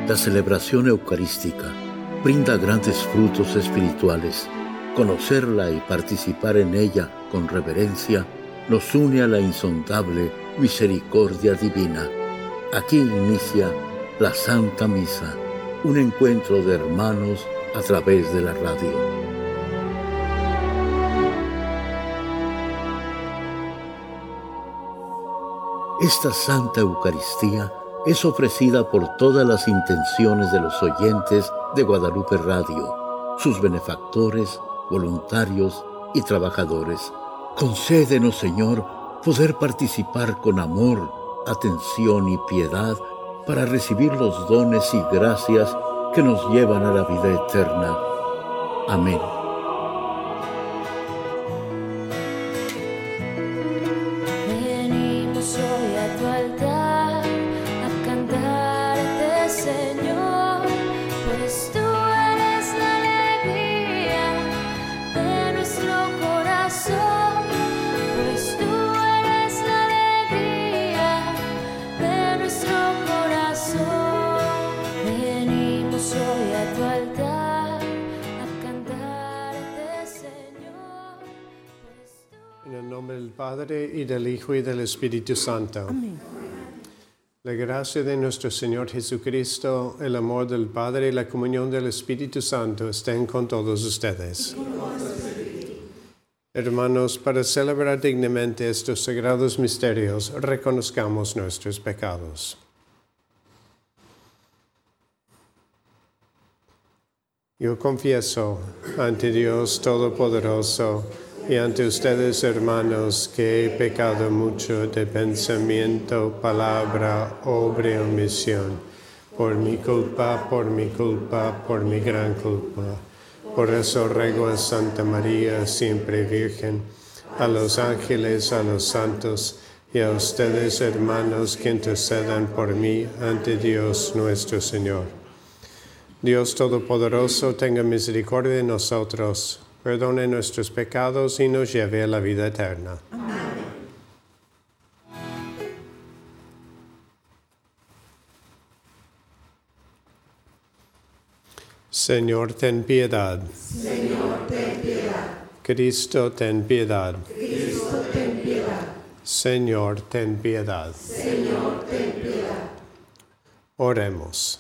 La celebración eucarística brinda grandes frutos espirituales. Conocerla y participar en ella con reverencia nos une a la insondable misericordia divina. Aquí inicia la Santa Misa, un encuentro de hermanos a través de la radio. Esta Santa Eucaristía es ofrecida por todas las intenciones de los oyentes de Guadalupe Radio, sus benefactores, voluntarios y trabajadores. Concédenos, Señor, poder participar con amor, atención y piedad para recibir los dones y gracias que nos llevan a la vida eterna. Amén. Venimos hoy a tu altar a cantarte, Señor, pues tú eres la alegría de nuestro corazón, pues tú eres la alegría de nuestro corazón. Venimos hoy a tu altar a cantarte, Señor, pues tú... En el nombre del Padre, y del Hijo, y del Espíritu Santo. Amén. La gracia de nuestro Señor Jesucristo, el amor del Padre y la comunión del Espíritu Santo estén con todos ustedes. Hermanos, para celebrar dignamente estos sagrados misterios, reconozcamos nuestros pecados. Yo confieso ante Dios Todopoderoso y ante ustedes, hermanos, que he pecado mucho de pensamiento, palabra, obra y omisión, por mi culpa, por mi gran culpa. Por eso ruego a Santa María, siempre Virgen, a los ángeles, a los santos, y a ustedes, hermanos, que intercedan por mí ante Dios nuestro Señor. Dios Todopoderoso, tenga misericordia de nosotros, perdone nuestros pecados y nos lleve a la vida eterna. Amén. Señor, ten piedad. Señor, ten piedad. Cristo, ten piedad. Cristo, ten piedad. Señor, ten piedad. Señor, ten piedad. Oremos.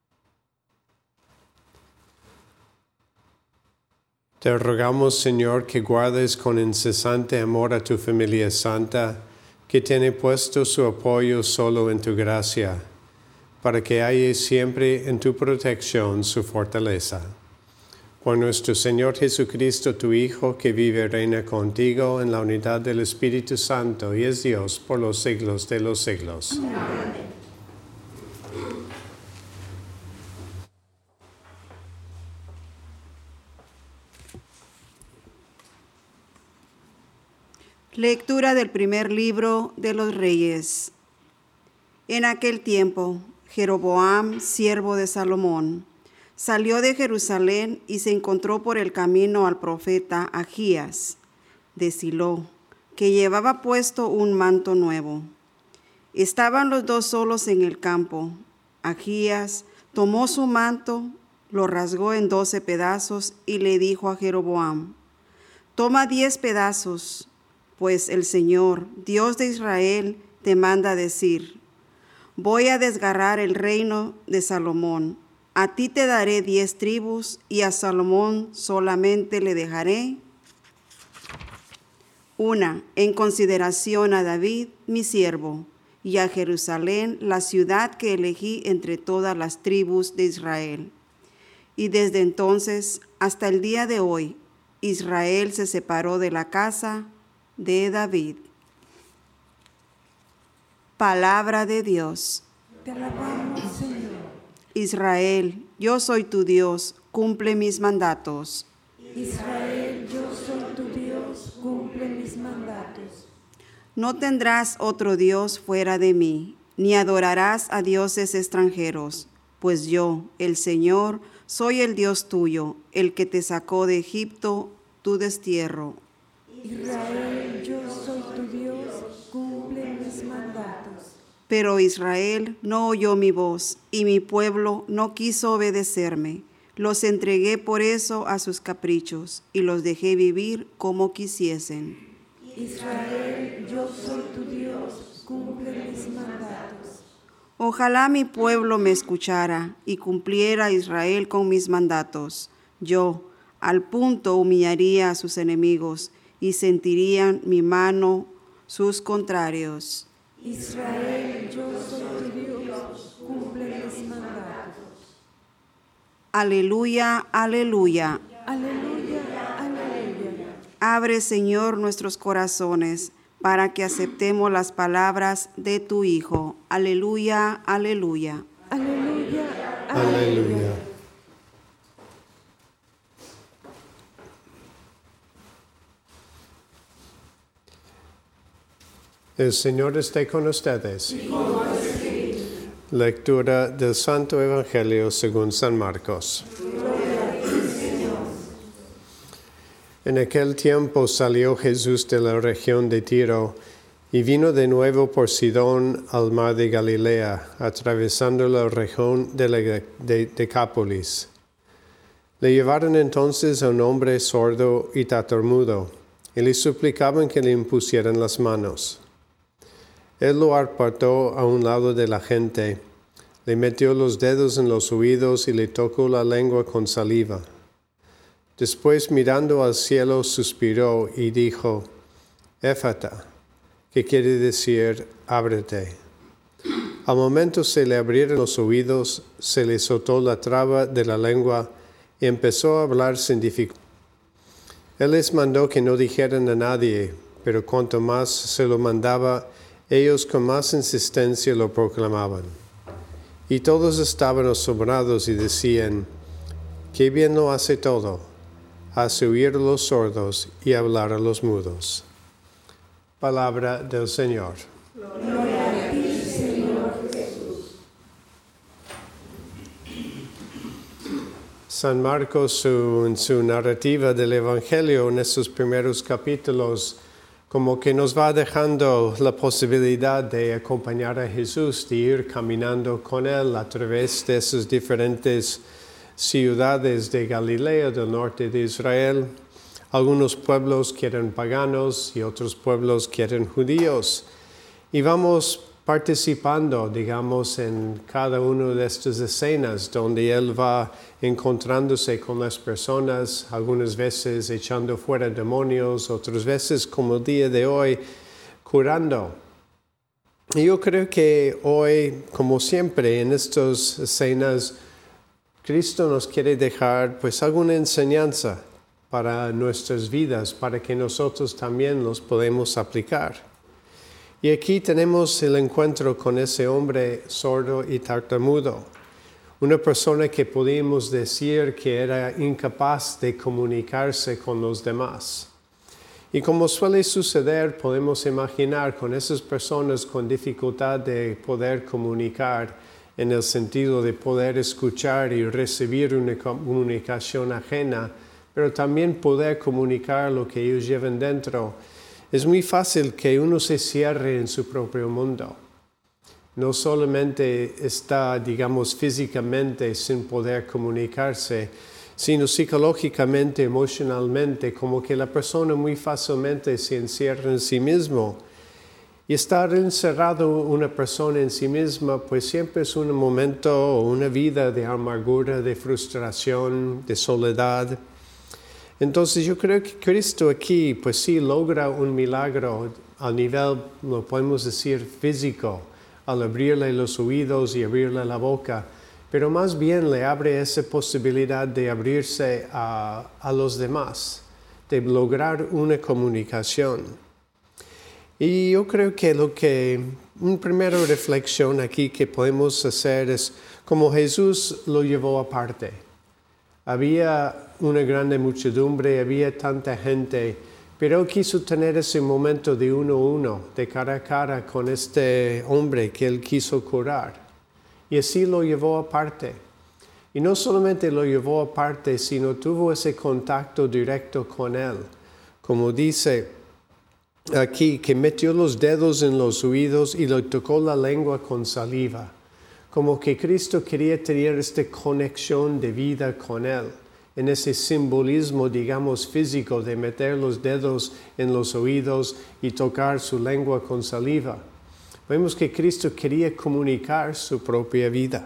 Te rogamos, Señor, que guardes con incesante amor a tu familia santa, que tiene puesto su apoyo solo en tu gracia, para que haya siempre en tu protección su fortaleza. Por nuestro Señor Jesucristo, tu Hijo, que vive y reina contigo en la unidad del Espíritu Santo y es Dios por los siglos de los siglos. Amén. Lectura del primer libro de los Reyes. En aquel tiempo, Jeroboam, siervo de Salomón, salió de Jerusalén y se encontró por el camino al profeta Ahías de Silo, que llevaba puesto un manto nuevo. Estaban los dos solos en el campo. Ahías tomó su manto, lo rasgó en 12 pedazos y le dijo a Jeroboam: toma 10 pedazos, pues el Señor, Dios de Israel, te manda decir: voy a desgarrar el reino de Salomón. A ti te daré 10 tribus y a Salomón solamente le dejaré una, en consideración a David, mi siervo, y a Jerusalén, la ciudad que elegí entre todas las tribus de Israel. Y desde entonces hasta el día de hoy, Israel se separó de la casa de David. Palabra de Dios. Te alabamos, Señor. Israel, yo soy tu Dios, cumple mis mandatos. Israel, yo soy tu Dios, cumple mis mandatos. No tendrás otro Dios fuera de mí, ni adorarás a dioses extranjeros, pues yo, el Señor, soy el Dios tuyo, el que te sacó de Egipto, tu destierro. Israel, yo soy tu Dios, cumple mis mandatos. Pero Israel no oyó mi voz, y mi pueblo no quiso obedecerme. Los entregué por eso a sus caprichos, y los dejé vivir como quisiesen. Israel, yo soy tu Dios, cumple mis mandatos. Ojalá mi pueblo me escuchara, y cumpliera Israel con mis mandatos. Yo, al punto, humillaría a sus enemigos, y sentirían mi mano sus contrarios. Israel, yo soy tu Dios, cumple mis mandatos. Aleluya, aleluya. Aleluya, aleluya. Abre, Señor, nuestros corazones para que aceptemos las palabras de tu Hijo. Aleluya, aleluya. Aleluya, Aleluya. El Señor esté con ustedes. Lectura del Santo Evangelio según San Marcos. En aquel tiempo salió Jesús de la región de Tiro y vino de nuevo por Sidón al mar de Galilea, atravesando la región de Decápolis. Le llevaron entonces a un hombre sordo y tartamudo, y le suplicaban que le impusieran las manos. Él lo apartó a un lado de la gente, le metió los dedos en los oídos y le tocó la lengua con saliva. Después, mirando al cielo, suspiró y dijo, Éfata, que quiere decir, ábrete. Al momento se le abrieron los oídos, se le soltó la traba de la lengua y empezó a hablar sin dificultad. Él les mandó que no dijeran a nadie, pero cuanto más se lo mandaba, ellos con más insistencia lo proclamaban. Y todos estaban asombrados y decían, qué bien lo hace todo, hace oír a los sordos y hablar a los mudos. Palabra del Señor. Gloria a ti, Señor Jesús. San Marcos, en su narrativa del Evangelio, en estos primeros capítulos, como que nos va dejando la posibilidad de acompañar a Jesús, de ir caminando con Él a través de esas diferentes ciudades de Galilea, del norte de Israel. Algunos pueblos que eran paganos y otros pueblos que eran judíos. Y vamos participando, digamos, en cada una de estas escenas donde Él va encontrándose con las personas, algunas veces echando fuera demonios, otras veces, como el día de hoy, curando. Y yo creo que hoy, como siempre, en estas escenas, Cristo nos quiere dejar pues alguna enseñanza para nuestras vidas, para que nosotros también los podamos aplicar. Y aquí tenemos el encuentro con ese hombre sordo y tartamudo, una persona que podíamos decir que era incapaz de comunicarse con los demás. Y como suele suceder, podemos imaginar con esas personas con dificultad de poder comunicar, en el sentido de poder escuchar y recibir una comunicación ajena, pero también poder comunicar lo que ellos llevan dentro. Es muy fácil que uno se cierre en su propio mundo. No solamente está, digamos, físicamente sin poder comunicarse, sino psicológicamente, emocionalmente, como que la persona muy fácilmente se encierra en sí mismo. Y estar encerrado una persona en sí misma, pues siempre es un momento o una vida de amargura, de frustración, de soledad. Entonces yo creo que Cristo aquí, pues sí, logra un milagro a nivel, lo podemos decir, físico, al abrirle los oídos y abrirle la boca, pero más bien le abre esa posibilidad de abrirse a los demás, de lograr una comunicación. Y yo creo que una primera reflexión aquí que podemos hacer es como Jesús lo llevó aparte. Había una grande muchedumbre, había tanta gente, pero él quiso tener ese momento de uno a uno, de cara a cara con este hombre que él quiso curar. Y así lo llevó aparte. Y no solamente lo llevó aparte, sino tuvo ese contacto directo con él. Como dice aquí que metió los dedos en los oídos y le tocó la lengua con saliva. Como que Cristo quería tener esta conexión de vida con Él. En ese simbolismo, digamos, físico de meter los dedos en los oídos y tocar su lengua con saliva. Vemos que Cristo quería comunicar su propia vida.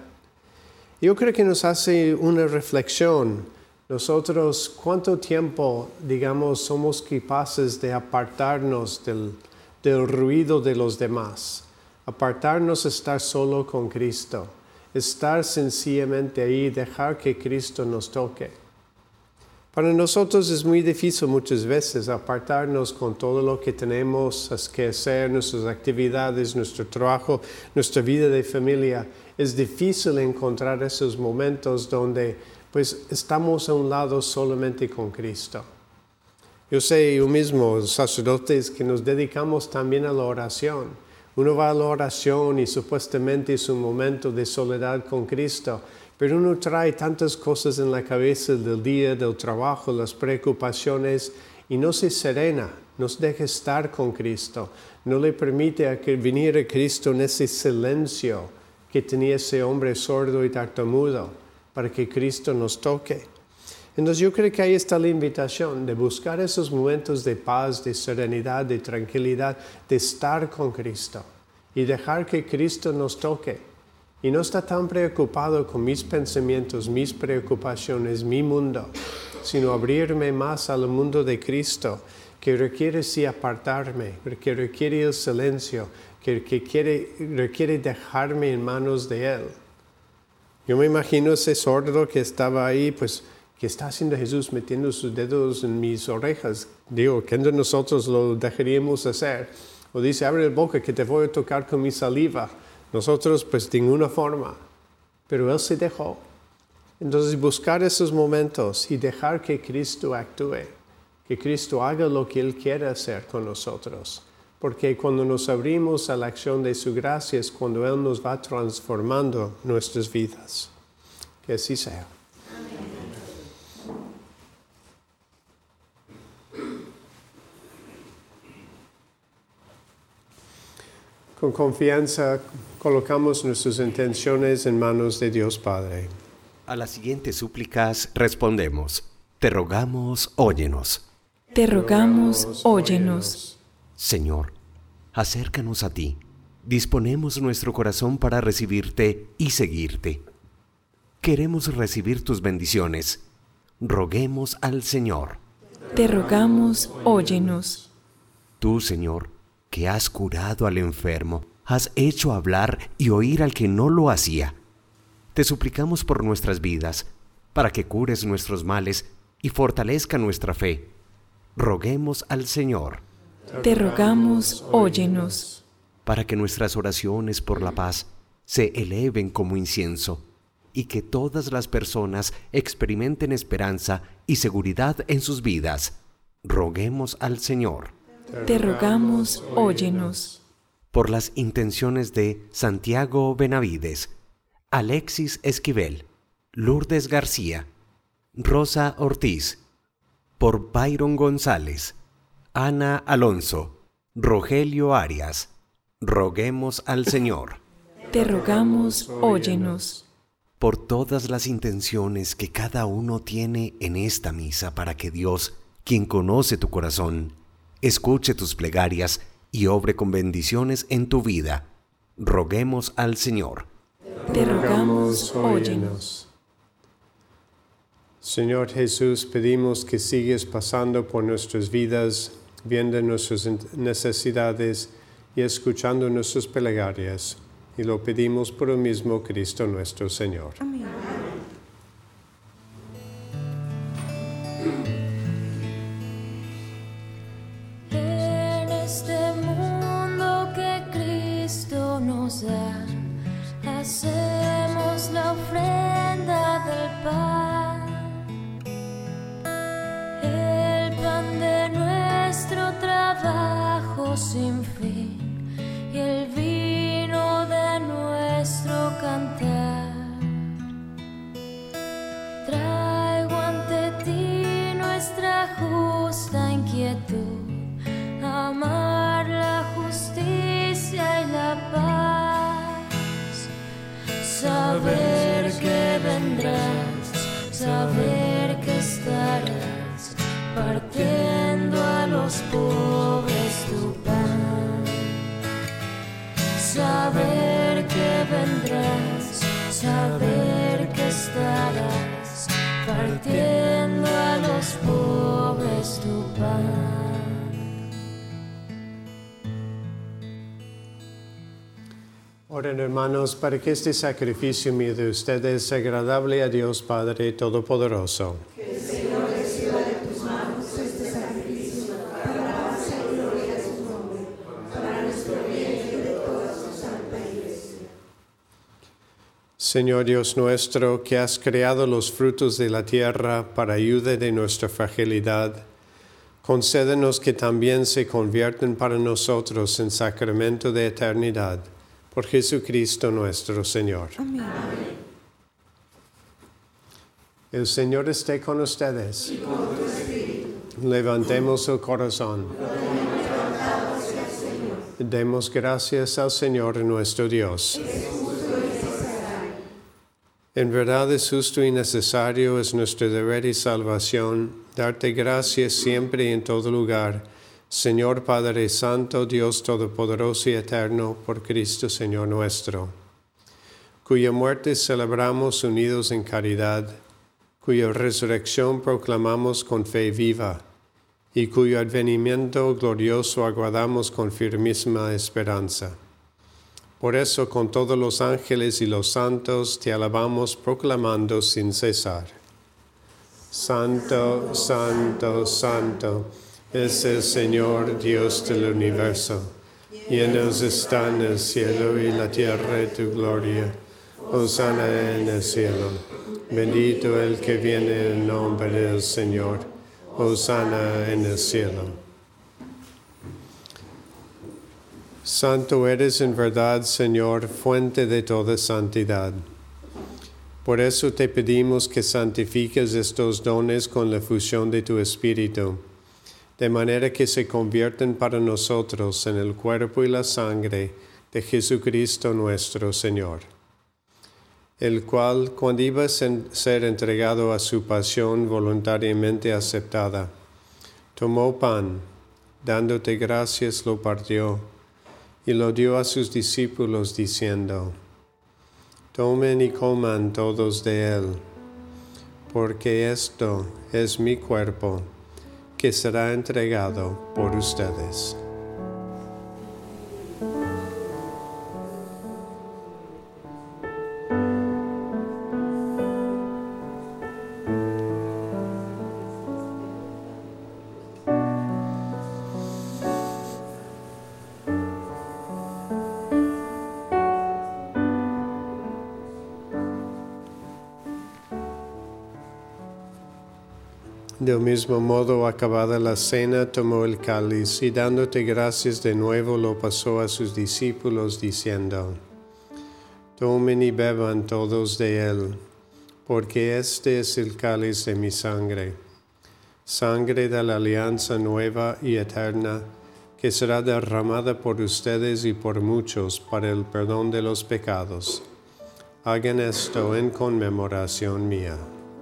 Yo creo que nos hace una reflexión. Nosotros, ¿cuánto tiempo, digamos, somos capaces de apartarnos del ruido de los demás? Apartarnos, estar solo con Cristo. Estar sencillamente ahí, dejar que Cristo nos toque. Para nosotros es muy difícil muchas veces apartarnos con todo lo que tenemos que hacer, nuestras actividades, nuestro trabajo, nuestra vida de familia. Es difícil encontrar esos momentos donde pues estamos a un lado solamente con Cristo. Yo sé yo mismo, sacerdotes, que nos dedicamos también a la oración. Uno va a la oración y supuestamente es un momento de soledad con Cristo, pero uno trae tantas cosas en la cabeza del día, del trabajo, las preocupaciones, y no se serena, no se deja estar con Cristo, no le permite venir a Cristo en ese silencio que tenía ese hombre sordo y tartamudo, para que Cristo nos toque. Entonces yo creo que ahí está la invitación de buscar esos momentos de paz, de serenidad, de tranquilidad, de estar con Cristo y dejar que Cristo nos toque. Y no está tan preocupado con mis pensamientos, mis preocupaciones, mi mundo, sino abrirme más al mundo de Cristo, que requiere sí apartarme, que requiere el silencio, que requiere dejarme en manos de Él. Yo me imagino ese sordo que estaba ahí, pues, ¿qué está haciendo Jesús metiendo sus dedos en mis orejas? Digo, ¿quién de nosotros lo dejaríamos hacer? O dice, abre la boca que te voy a tocar con mi saliva. Nosotros, pues, de ninguna forma. Pero Él se dejó. Entonces, buscar esos momentos y dejar que Cristo actúe. Que Cristo haga lo que Él quiere hacer con nosotros. Porque cuando nos abrimos a la acción de su gracia es cuando Él nos va transformando nuestras vidas. Que así sea. Con confianza colocamos nuestras intenciones en manos de Dios Padre. A las siguientes súplicas respondemos: te rogamos, óyenos. Te rogamos, óyenos. Señor, acércanos a ti. Disponemos nuestro corazón para recibirte y seguirte. Queremos recibir tus bendiciones. Roguemos al Señor. Te rogamos, óyenos. Tú, Señor, que has curado al enfermo, has hecho hablar y oír al que no lo hacía. Te suplicamos por nuestras vidas, para que cures nuestros males y fortalezca nuestra fe. Roguemos al Señor. Te rogamos, óyenos. Para que nuestras oraciones por la paz se eleven como incienso y que todas las personas experimenten esperanza y seguridad en sus vidas. Roguemos al Señor. Te rogamos, óyenos. Por las intenciones de Santiago Benavides, Alexis Esquivel, Lourdes García, Rosa Ortiz, por Byron González, Ana Alonso, Rogelio Arias, roguemos al Señor. Te rogamos, óyenos. Por todas las intenciones que cada uno tiene en esta misa para que Dios, quien conoce tu corazón, escuche tus plegarias y obre con bendiciones en tu vida. Roguemos al Señor. Te rogamos, óyenos. Señor Jesús, pedimos que sigues pasando por nuestras vidas, viendo nuestras necesidades y escuchando nuestras plegarias. Y lo pedimos por el mismo Cristo nuestro Señor. Amén. En este mundo que Cristo nos da, hacemos la ofrenda del pan de nuestro trabajo sin fin y el vino de nuestro cantar. Traigo ante ti nuestra justa inquietud, amar saber que vendrás, saber que estarás partiendo a los pobres tu pan. Saber que vendrás, saber que estarás partiendo a los pobres tu pan. Oren, hermanos, para que este sacrificio mío de ustedes sea agradable a Dios Padre Todopoderoso. Que el Señor reciba de tus manos este sacrificio para la alabanza y gloria de su nombre, para nuestro bien y de toda su santa iglesia. Señor Dios nuestro, que has creado los frutos de la tierra para ayuda de nuestra fragilidad, concédenos que también se conviertan para nosotros en sacramento de eternidad. Por Jesucristo nuestro Señor. Amén. El Señor esté con ustedes. Y con tu espíritu. Levantemos el corazón. Lo tenemos levantado hacia el Señor. Demos gracias al Señor nuestro Dios. Es justo y necesario. En verdad es justo y necesario, es nuestro deber y salvación, darte gracias siempre y en todo lugar, Señor Padre Santo, Dios Todopoderoso y Eterno, por Cristo Señor nuestro, cuya muerte celebramos unidos en caridad, cuya resurrección proclamamos con fe viva, y cuyo advenimiento glorioso aguardamos con firmísima esperanza. Por eso, con todos los ángeles y los santos, te alabamos proclamando sin cesar. Santo, Santo, Santo, es el Señor Dios del universo. Llenos están el cielo y la tierra de tu gloria. Hosana en el cielo. Bendito el que viene en nombre del Señor. Hosana en el cielo. Santo eres en verdad, Señor, fuente de toda santidad. Por eso te pedimos que santifiques estos dones con la fusión de tu Espíritu, de manera que se convierten para nosotros en el cuerpo y la sangre de Jesucristo nuestro Señor, el cual, cuando iba a ser entregado a su pasión voluntariamente aceptada, tomó pan, dándote gracias, lo partió, y lo dio a sus discípulos, diciendo: Tomen y coman todos de él, porque esto es mi cuerpo, que será entregado por ustedes. Del mismo modo, acabada la cena, tomó el cáliz y dándote gracias de nuevo lo pasó a sus discípulos, diciendo: Tomen y beban todos de él, porque este es el cáliz de mi sangre, sangre de la alianza nueva y eterna, que será derramada por ustedes y por muchos para el perdón de los pecados. Hagan esto en conmemoración mía.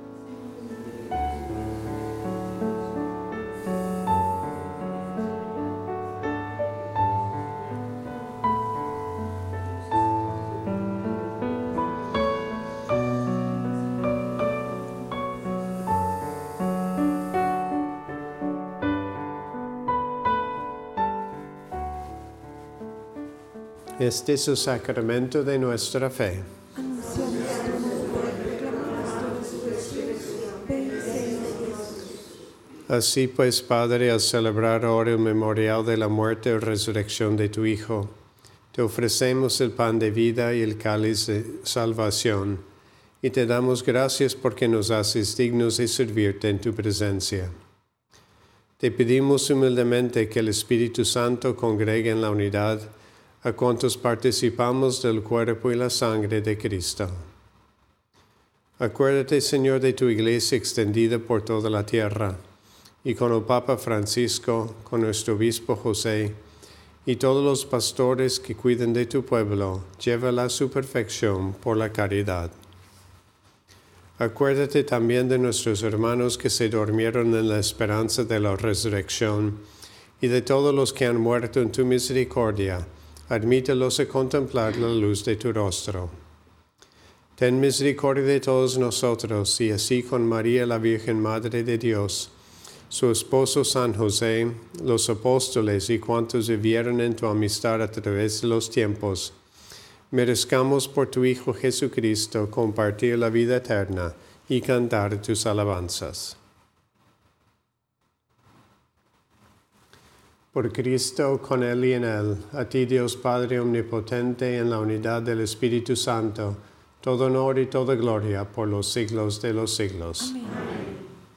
Este es el sacramento de nuestra fe. Anunciamos tu muerte, proclamamos tu resurrección. Ven, Señor Jesús. Así pues, Padre, al celebrar ahora el memorial de la muerte y resurrección de tu Hijo, te ofrecemos el pan de vida y el cáliz de salvación, y te damos gracias porque nos haces dignos de servirte en tu presencia. Te pedimos humildemente que el Espíritu Santo congregue en la unidad a cuantos participamos del cuerpo y la sangre de Cristo. Acuérdate, Señor, de tu iglesia extendida por toda la tierra, y con el Papa Francisco, con nuestro obispo José, y todos los pastores que cuiden de tu pueblo, llévala a su perfección por la caridad. Acuérdate también de nuestros hermanos que se durmieron en la esperanza de la resurrección, y de todos los que han muerto en tu misericordia, admítelos a contemplar la luz de tu rostro. Ten misericordia de todos nosotros, y así con María la Virgen Madre de Dios, su esposo San José, los apóstoles y cuantos vivieron en tu amistad a través de los tiempos, merezcamos por tu Hijo Jesucristo compartir la vida eterna y cantar tus alabanzas. Por Cristo, con Él y en Él, a ti Dios Padre Omnipotente, en la unidad del Espíritu Santo, todo honor y toda gloria por los siglos de los siglos. Amén.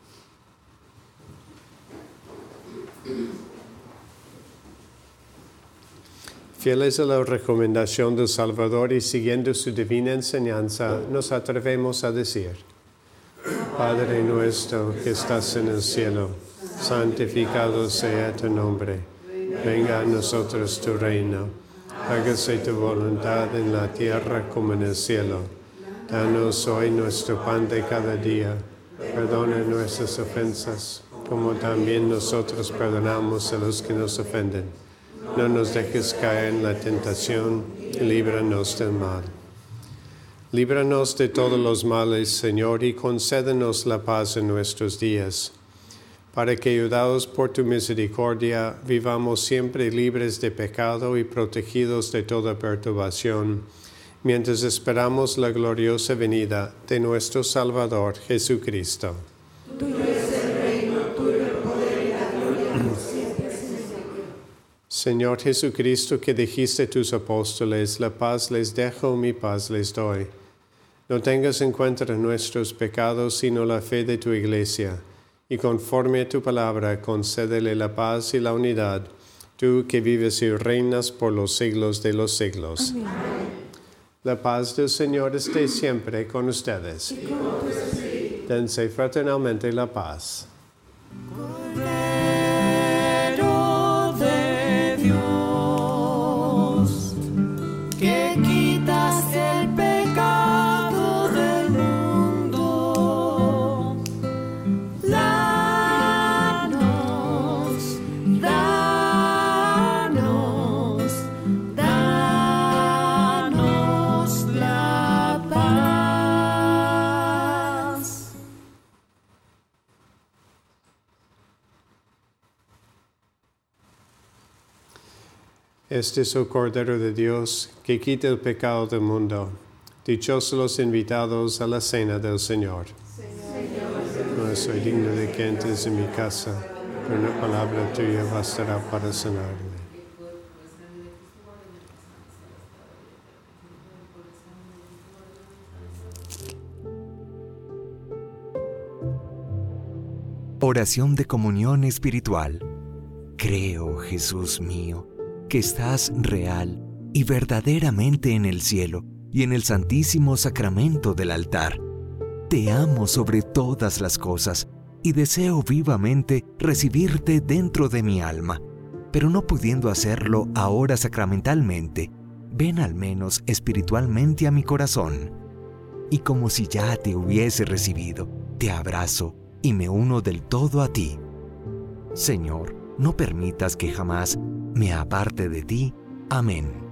Fieles a la recomendación del Salvador y siguiendo su divina enseñanza, nos atrevemos a decir: Padre nuestro que estás en el cielo, santificado sea tu nombre. Venga a nosotros tu reino. Hágase tu voluntad en la tierra como en el cielo. Danos hoy nuestro pan de cada día. Perdona nuestras ofensas, como también nosotros perdonamos a los que nos ofenden. No nos dejes caer en la tentación, y líbranos del mal. Líbranos de todos los males, Señor, y concédenos la paz en nuestros días, para que, ayudados por tu misericordia, vivamos siempre libres de pecado y protegidos de toda perturbación, mientras esperamos la gloriosa venida de nuestro Salvador Jesucristo. Tuyo es el reino, tuyo el poder y la gloria por siempre, Señor. Señor Jesucristo, que dijiste a tus apóstoles, la paz les dejo, mi paz les doy. No tengas en cuenta nuestros pecados, sino la fe de tu Iglesia, y conforme a tu palabra, concédele la paz y la unidad, tú que vives y reinas por los siglos de los siglos. Amén. La paz del Señor esté siempre con ustedes. Dense fraternalmente la paz. Cordero de Dios, que quitas el pecado del mundo, danos, danos, danos la paz. Este es el Cordero de Dios, que quita el pecado del mundo. Dichosos los invitados a la cena del Señor. No soy digno de que entres en mi casa, pero una palabra tuya bastará para sanarme. Oración de comunión espiritual. Creo, Jesús mío, que estás real y verdaderamente en el cielo y en el santísimo sacramento del altar. Te amo sobre todas las cosas y deseo vivamente recibirte dentro de mi alma, pero no pudiendo hacerlo ahora sacramentalmente, ven al menos espiritualmente a mi corazón. Y como si ya te hubiese recibido, te abrazo y me uno del todo a ti. Señor, no permitas que jamás me aparte de ti. Amén.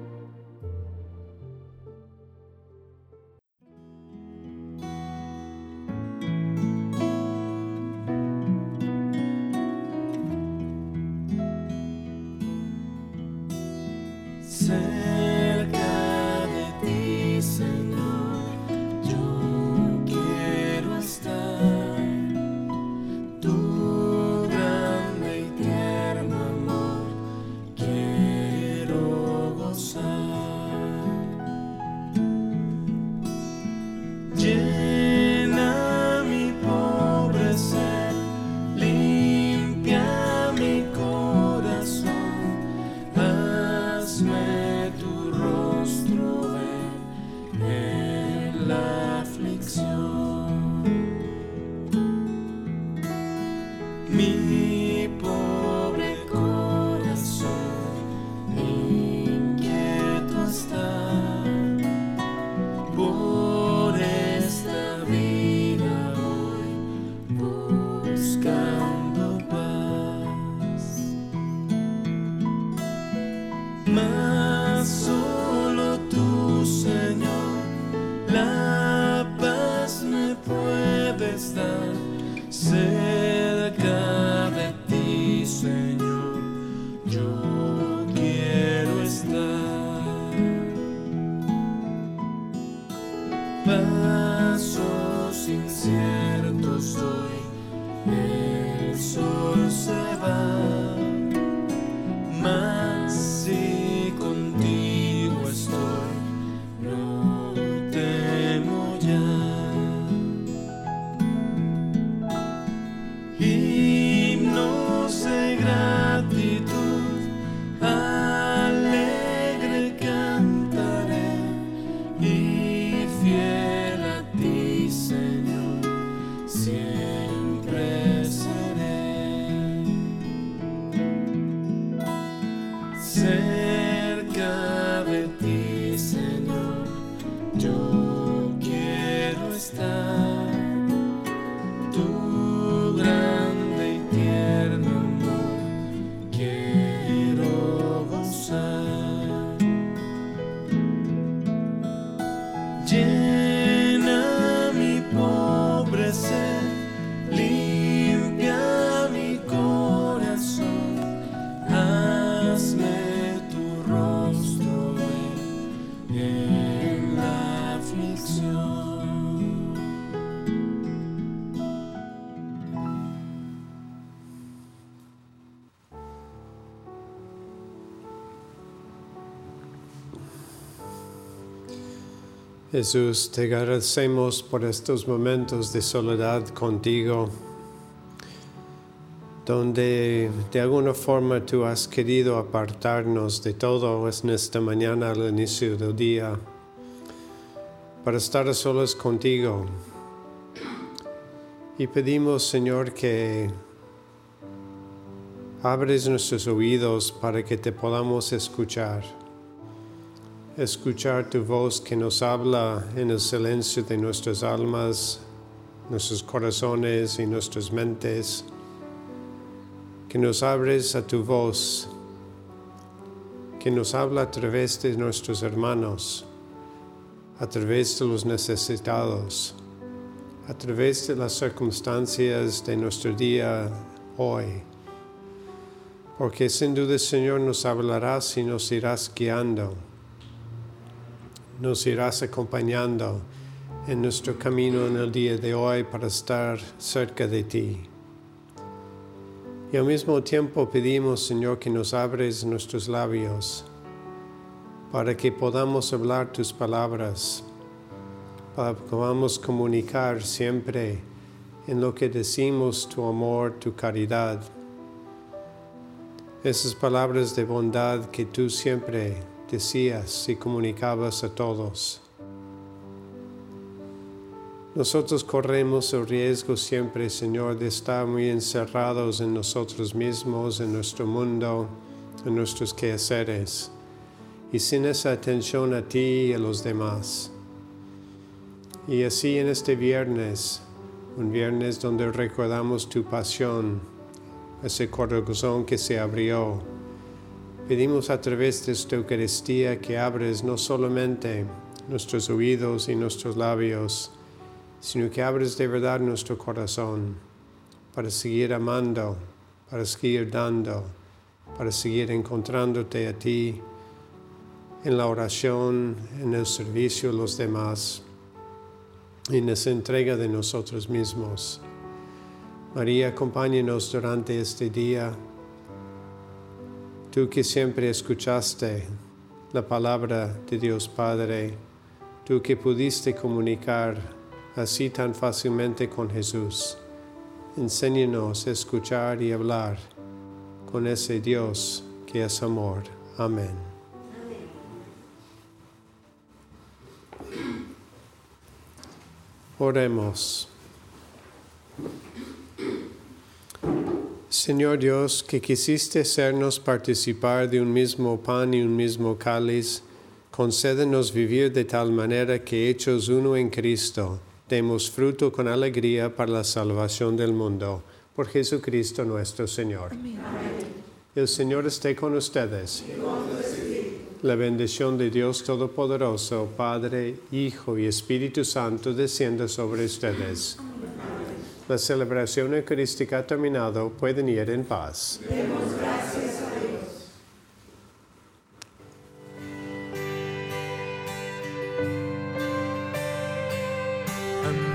Cerca de ti, Señor, yo quiero estar. Tu grande y tierno amor quiero pasos inciertos hoy, el sol se va, mas si contigo estoy, no temo ya. Himnos de gratitud, alegre cantaré, y fiel a ti, Señor, siempre seré. Cerca de ti, Señor, yo quiero estar. Tu grande y tierno amor quiero gozar. Llena mi pobre ser, limpia mi corazón, hazme tu rostro ver en la aflicción. Jesús, te agradecemos por estos momentos de soledad contigo, donde de alguna forma tú has querido apartarnos de todo en esta mañana al inicio del día, para estar a solas contigo. Y pedimos, Señor, que abres nuestros oídos para que te podamos escuchar tu voz que nos habla en el silencio de nuestras almas, nuestros corazones y nuestras mentes, que nos abres a tu voz, que nos habla a través de nuestros hermanos, a través de los necesitados, a través de las circunstancias de nuestro día hoy. Porque sin duda, Señor, nos hablarás y nos irás guiando. Nos irás acompañando en nuestro camino en el día de hoy para estar cerca de ti. Y al mismo tiempo pedimos, Señor, que nos abres nuestros labios para que podamos hablar tus palabras, para que podamos comunicar siempre en lo que decimos tu amor, tu caridad. Esas palabras de bondad que tú siempre decías y comunicabas a todos. Nosotros corremos el riesgo siempre, Señor, de estar muy encerrados en nosotros mismos, en nuestro mundo, en nuestros quehaceres, y sin esa atención a ti y a los demás. Y así en este viernes, un viernes donde recordamos tu pasión, ese corazón que se abrió, pedimos a través de esta Eucaristía que abres no solamente nuestros oídos y nuestros labios, sino que abres de verdad nuestro corazón para seguir amando, para seguir dando, para seguir encontrándote a ti en la oración, en el servicio a los demás, en esa entrega de nosotros mismos. María, acompáñanos durante este día. Tú que siempre escuchaste la palabra de Dios Padre, tú que pudiste comunicar así tan fácilmente con Jesús, enséñanos a escuchar y hablar con ese Dios que es amor. Amén. Oremos. Señor Dios, que quisiste hacernos participar de un mismo pan y un mismo cáliz, concédenos vivir de tal manera que, hechos uno en Cristo, demos fruto con alegría para la salvación del mundo. Por Jesucristo nuestro Señor. Amén. El Señor esté con ustedes. La bendición de Dios Todopoderoso, Padre, Hijo y Espíritu Santo, descienda sobre ustedes. La celebración eucarística ha terminado. Pueden ir en paz. Demos gracias a Dios.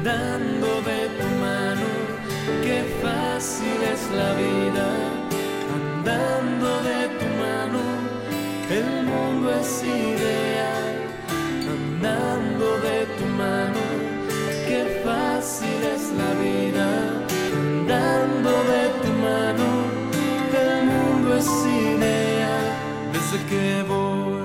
andando de tu mano, qué fácil es la vida, andando de tu mano, el mundo es ideal, andando de tu mano, qué fácil es la vida, andando de tu mano, el mundo es ideal, desde que voy.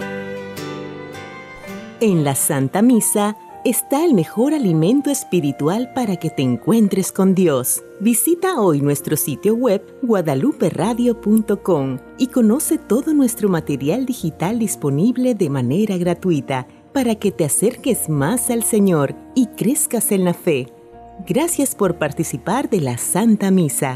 En la Santa Misa está el mejor alimento espiritual para que te encuentres con Dios. Visita hoy nuestro sitio web guadaluperadio.com y conoce todo nuestro material digital disponible de manera gratuita para que te acerques más al Señor y crezcas en la fe. Gracias por participar de la Santa Misa.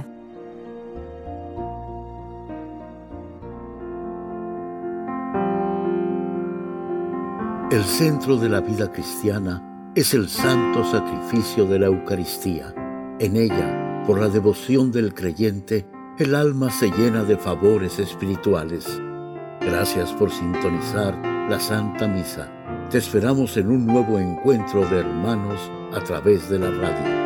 El centro de la vida cristiana es el santo sacrificio de la Eucaristía. En ella, por la devoción del creyente, el alma se llena de favores espirituales. Gracias por sintonizar la Santa Misa. Te esperamos en un nuevo encuentro de hermanos a través de la radio.